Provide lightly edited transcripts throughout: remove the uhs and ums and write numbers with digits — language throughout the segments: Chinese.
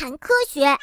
谈科学。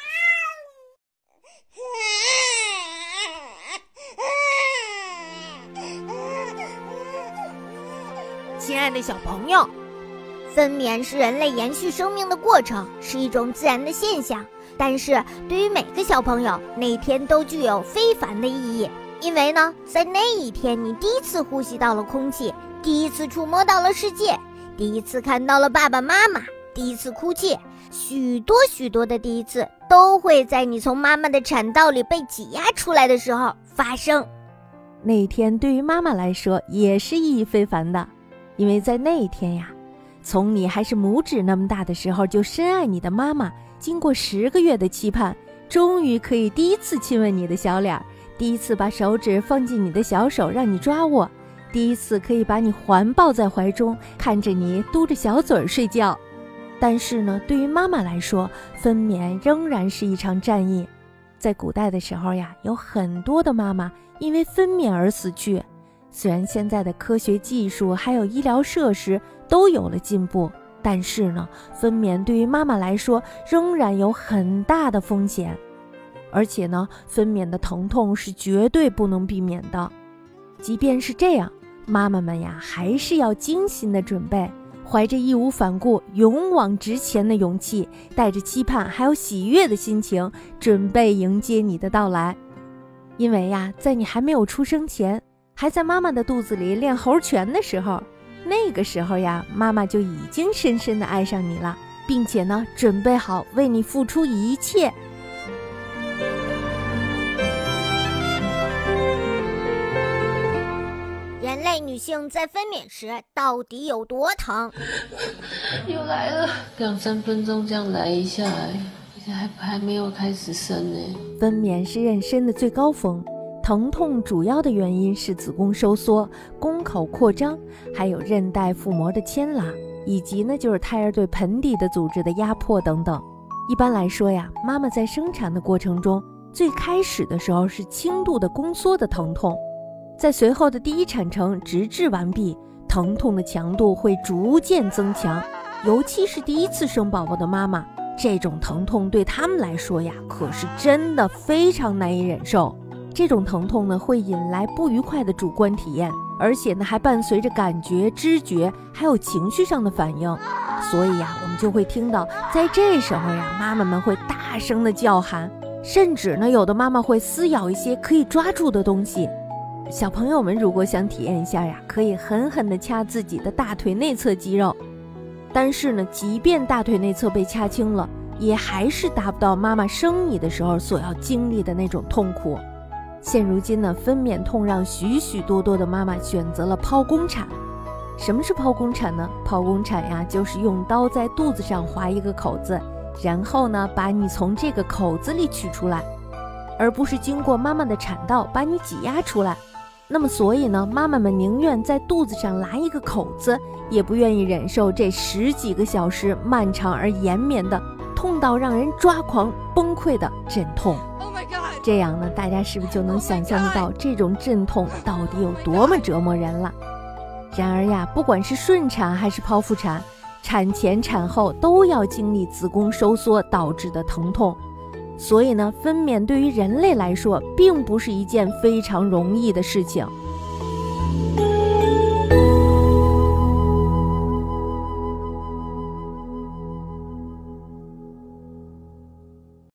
亲爱的小朋友， 分娩是人类延续生命的过程，是一种自然的现象。但是对于每个小朋友，那一天都具有非凡的意义。因为呢，在那一天，你第一次呼吸到了空气，第一次触摸到了世界，第一次看到了爸爸妈妈，第一次哭泣，许多许多的第一次都会在你从妈妈的产道里被挤压出来的时候发生。 那一天对于妈妈来说也是意义非凡的，因为在那一天呀，从你还是拇指那么大的时候就深爱你的妈妈，经过10个月的期盼，终于可以第一次亲吻你的小脸，第一次把手指放进你的小手让你抓握，第一次可以把你环抱在怀中，看着你嘟着小嘴睡觉。但是呢，对于妈妈来说，分娩仍然是一场战役。在古代的时候呀，有很多的妈妈因为分娩而死去。虽然现在的科学技术还有医疗设施都有了进步，但是呢，分娩对于妈妈来说仍然有很大的风险。而且呢，分娩的疼痛是绝对不能避免的。即便是这样，妈妈们呀，还是要精心的准备，怀着义无反顾、勇往直前的勇气，带着期盼还有喜悦的心情，准备迎接你的到来。因为呀，在你还没有出生前，还在妈妈的肚子里练猴拳的时候，那个时候呀，妈妈就已经深深地爱上你了，并且呢，准备好为你付出一切。 人类女性在分娩时到底有多疼？ 又来了，2-3分钟这样来一下，而且还没有开始生呢。 分娩是妊娠的最高峰，疼痛主要的原因是子宫收缩、宫口扩张，还有韧带腹膜的牵拉，以及呢就是胎儿对盆底的组织的压迫等等。一般来说呀，妈妈在生产的过程中，最开始的时候是轻度的宫缩的疼痛，在随后的第一产程直至完毕，疼痛的强度会逐渐增强，尤其是第一次生宝宝的妈妈，这种疼痛对他们来说呀，可是真的非常难以忍受。这种疼痛呢，会引来不愉快的主观体验，而且呢，还伴随着感觉、知觉，还有情绪上的反应。所以呀，我们就会听到，在这时候呀，妈妈们会大声的叫喊，甚至呢，有的妈妈会撕咬一些可以抓住的东西。小朋友们如果想体验一下呀，可以狠狠地掐自己的大腿内侧肌肉。但是呢，即便大腿内侧被掐青了，也还是达不到妈妈生你的时候所要经历的那种痛苦。现如今呢，分娩痛让许许多多的妈妈选择了剖宫产。什么是剖宫产呢？剖宫产呀，就是用刀在肚子上划一个口子，然后呢，把你从这个口子里取出来，而不是经过妈妈的产道把你挤压出来。那么所以呢，妈妈们宁愿在肚子上拉一个口子，也不愿意忍受这10几个小时漫长而延绵的痛到让人抓狂崩溃的阵痛。这样呢，大家是不是就能想象得到这种阵痛到底有多么折磨人了？然而呀，不管是顺产还是剖腹产，产前产后都要经历子宫收缩导致的疼痛。所以呢，分娩对于人类来说并不是一件非常容易的事情。